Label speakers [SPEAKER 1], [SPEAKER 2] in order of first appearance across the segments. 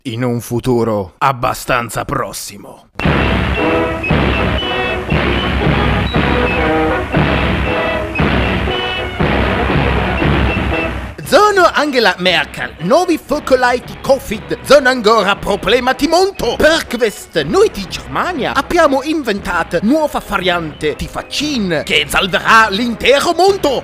[SPEAKER 1] in un futuro abbastanza prossimo. Sono Angela Merkel, nuovi focolai di Covid, sono ancora problema di monto. Per questo noi di Germania abbiamo inventato nuova variante di vaccino che salverà l'intero mondo.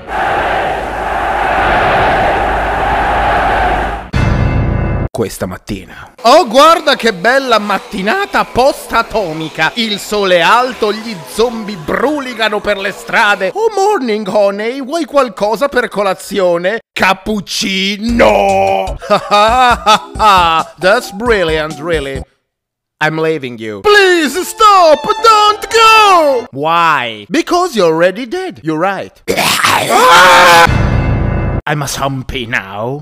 [SPEAKER 1] Questa mattina. Oh, guarda che bella mattinata post-atomica. Il sole è alto, gli zombie brulicano per le strade. Oh, morning honey, vuoi qualcosa per colazione? Cappuccino! That's brilliant, really. I'm leaving you. Please stop! Don't go! Why? Because you're already dead. You're right. I'm a zombie now.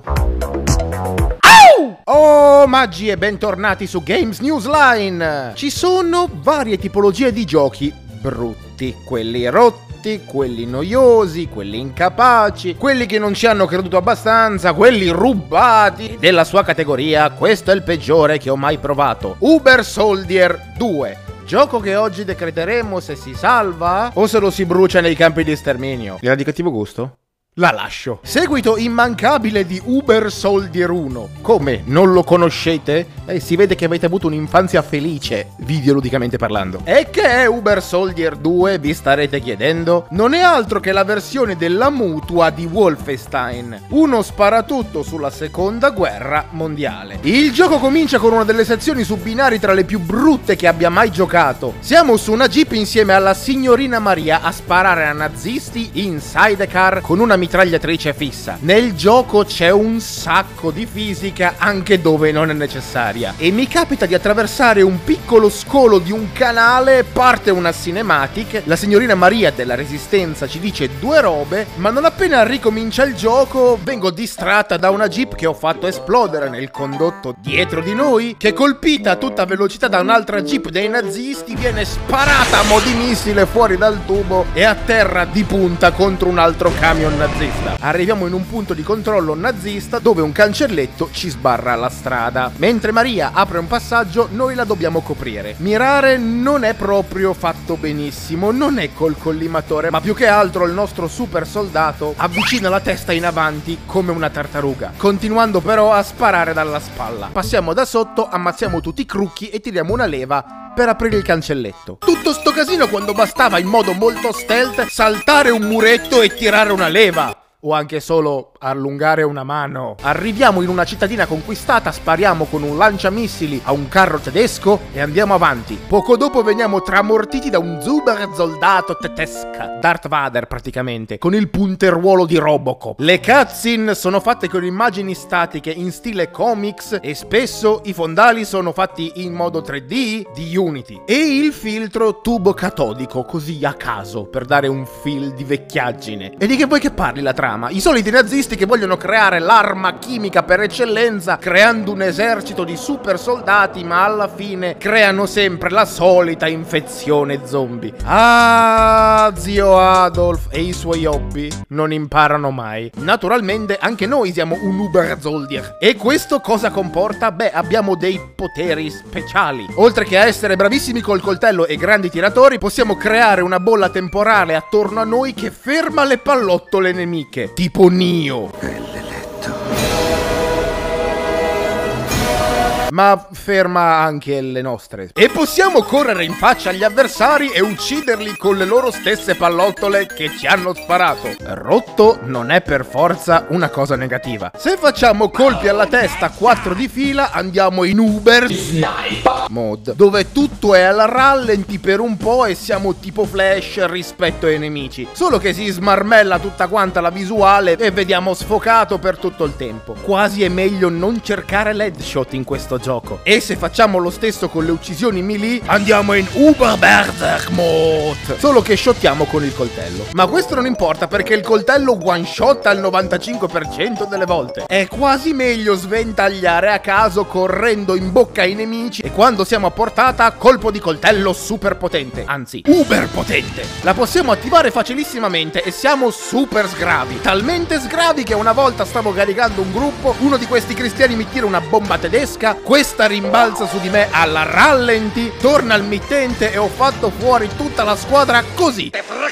[SPEAKER 1] Oh, maggi e bentornati su Games Newsline! Ci sono varie tipologie di giochi brutti, quelli rotti, quelli noiosi, quelli incapaci, quelli che non ci hanno creduto abbastanza, quelli rubati. Della sua categoria, questo è il peggiore che ho mai provato. Uber Soldier 2. Gioco che oggi decreteremo se si salva o se lo si brucia nei campi di sterminio. Era di cattivo gusto? La lascio. Seguito immancabile di Uber Soldier 1. Come? Non lo conoscete? Si vede che avete avuto un'infanzia felice, videoludicamente parlando. E che è Uber Soldier 2, vi starete chiedendo? Non è altro che la versione della mutua di Wolfenstein, uno sparatutto sulla seconda guerra mondiale. Il gioco comincia con una delle sezioni su binari tra le più brutte che abbia mai giocato. Siamo su una jeep insieme alla signorina Maria a sparare a nazisti in sidecar con una mitragliatrice fissa. Nel gioco c'è un sacco di fisica anche dove non è necessaria e mi capita di attraversare un piccolo scolo di un canale, parte una cinematic, la signorina Maria della Resistenza ci dice due robe, ma non appena ricomincia il gioco vengo distratta da una jeep che ho fatto esplodere nel condotto dietro di noi, che colpita a tutta velocità da un'altra jeep dei nazisti viene sparata a mo' di missile fuori dal tubo e atterra di punta contro un altro camion nazista. Arriviamo in un punto di controllo nazista dove un cancelletto ci sbarra la strada. Mentre Maria apre un passaggio, noi la dobbiamo coprire. Mirare non è proprio fatto benissimo, non è col collimatore, ma più che altro il nostro super soldato avvicina la testa in avanti come una tartaruga, continuando però a sparare dalla spalla. Passiamo da sotto, ammazziamo tutti i crucchi e tiriamo una leva per aprire il cancelletto. Tutto sto casino quando bastava in modo molto stealth saltare un muretto e tirare una leva. O anche solo allungare una mano. Arriviamo in una cittadina conquistata, spariamo con un lanciamissili a un carro tedesco e andiamo avanti. Poco dopo veniamo tramortiti da un super soldato tedesco, Darth Vader praticamente, con il punteruolo di Robocop. Le cutscene sono fatte con immagini statiche in stile comics e spesso i fondali sono fatti in modo 3D di Unity. E il filtro tubo catodico, così a caso, per dare un feel di vecchiaggine. E di che vuoi che parli la trama? I soliti nazisti che vogliono creare l'arma chimica per eccellenza, creando un esercito di super soldati, ma alla fine creano sempre la solita infezione zombie. Ah, zio Adolf e i suoi hobby non imparano mai. Naturalmente anche noi siamo un Uber Soldier. E questo cosa comporta? Beh, abbiamo dei poteri speciali. Oltre che a essere bravissimi col coltello e grandi tiratori, possiamo creare una bolla temporale attorno a noi che ferma le pallottole nemiche. Tipo Neo. Ma ferma anche le nostre. E possiamo correre in faccia agli avversari e ucciderli con le loro stesse pallottole che ci hanno sparato. Rotto non è per forza una cosa negativa. Se facciamo colpi alla testa 4 di fila, andiamo in Uber Mode, dove tutto è al rallenti per un po' e siamo tipo Flash rispetto ai nemici. Solo che si smarmella tutta quanta la visuale e vediamo sfocato per tutto il tempo. Quasi è meglio non cercare l'headshot in questo gioco. E se facciamo lo stesso con le uccisioni melee, andiamo in Uber Berserk Mode, solo che shottiamo con il coltello. Ma questo non importa perché il coltello one shot al 95% delle volte. È quasi meglio sventagliare a caso correndo in bocca ai nemici e quando siamo a portata colpo di coltello super potente, anzi uber potente. La possiamo attivare facilissimamente e siamo super sgravi, talmente sgravi che una volta stavo caricando un gruppo, uno di questi cristiani mi tira una bomba tedesca Questa rimbalza su di me alla rallenti, torna al mittente e ho fatto fuori tutta la squadra così.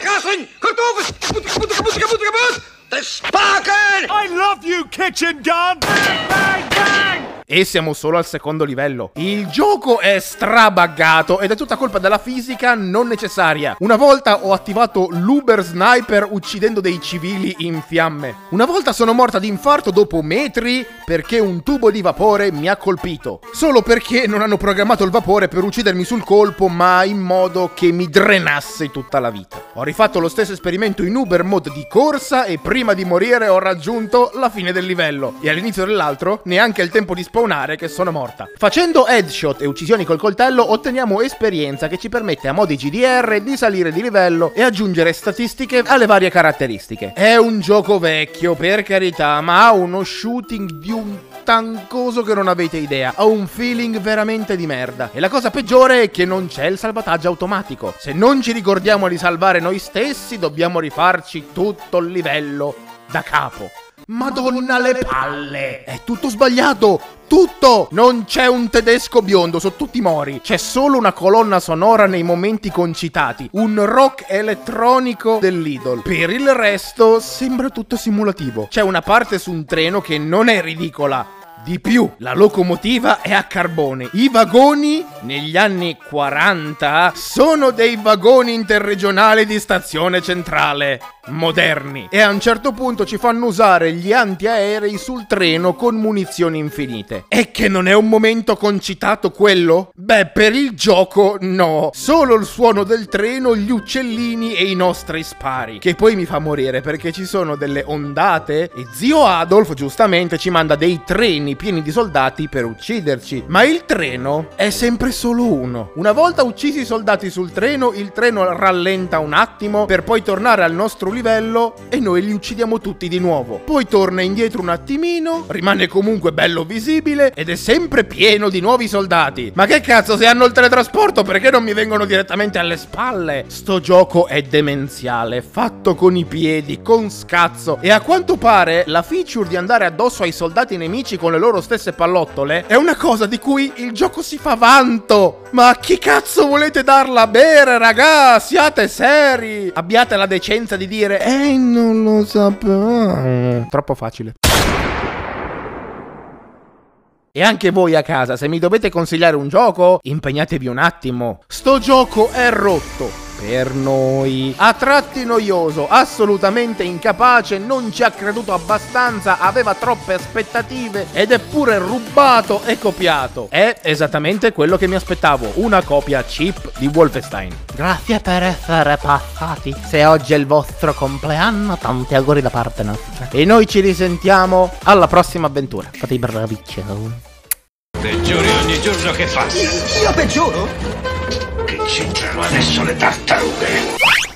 [SPEAKER 2] I love you, kitchen gun! Bang, bang, bang!
[SPEAKER 1] E siamo solo al secondo livello. Il gioco è strabaggato ed è tutta colpa della fisica non necessaria. Una volta ho attivato l'Uber Sniper uccidendo dei civili in fiamme. Una volta sono morta di infarto dopo metri perché un tubo di vapore mi ha colpito. Solo perché non hanno programmato il vapore per uccidermi sul colpo, ma in modo che mi drenasse tutta la vita. Ho rifatto lo stesso esperimento in Uber mode di corsa e prima di morire ho raggiunto la fine del livello. E all'inizio dell'altro neanche il tempo di spawnare che sono morta. Facendo headshot e uccisioni col coltello otteniamo esperienza che ci permette a modi GDR di salire di livello e aggiungere statistiche alle varie caratteristiche. È un gioco vecchio, per carità, ma ha uno shooting di un tancoso che non avete idea. Ha un feeling veramente di merda. E la cosa peggiore è che non c'è il salvataggio automatico. Se non ci ricordiamo di salvare noi stessi, dobbiamo rifarci tutto il livello da capo. Madonna le palle! È tutto sbagliato! Tutto! Non c'è un tedesco biondo, sono tutti mori. C'è solo una colonna sonora nei momenti concitati. Un rock elettronico dell'Idol. Per il resto sembra tutto simulativo. C'è una parte su un treno che non è ridicola. Di più, la locomotiva è a carbone. I vagoni, negli anni 40, sono dei vagoni interregionali di stazione centrale. Moderni. E a un certo punto ci fanno usare gli antiaerei sul treno con munizioni infinite. E che non è un momento concitato quello? Beh, per il gioco no. Solo il suono del treno, gli uccellini e i nostri spari. Che poi mi fa morire perché ci sono delle ondate e zio Adolf giustamente ci manda dei treni pieni di soldati per ucciderci. Ma il treno è sempre solo uno. Una volta uccisi i soldati sul treno, il treno rallenta un attimo per poi tornare al nostro livello e noi li uccidiamo tutti di nuovo. Poi torna indietro un attimino, rimane comunque bello visibile ed è sempre pieno di nuovi soldati. Ma che cazzo, se hanno il teletrasporto perché non mi vengono direttamente alle spalle? Sto gioco è demenziale, fatto con i piedi, con scazzo, e a quanto pare la feature di andare addosso ai soldati nemici con le loro stesse pallottole è una cosa di cui il gioco si fa vanto. Ma a chi cazzo volete darla a bere, raga? Siate seri! Abbiate la decenza di dire non lo sapevo. Troppo facile. E anche voi a casa, se mi dovete consigliare un gioco, impegnatevi un attimo. Sto gioco è rotto. Per noi. A tratti noioso, assolutamente incapace, non ci ha creduto abbastanza, aveva troppe aspettative ed è pure rubato e copiato. È esattamente quello che mi aspettavo, una copia cheap di Wolfenstein. Grazie per essere passati. Se oggi è il vostro compleanno, tanti auguri da parte nostra. E noi ci risentiamo alla prossima avventura. Fate i bravi, ciao.
[SPEAKER 3] Peggiori ogni giorno che passa.
[SPEAKER 4] Io peggioro?
[SPEAKER 3] Che c'entrano adesso le tartarughe?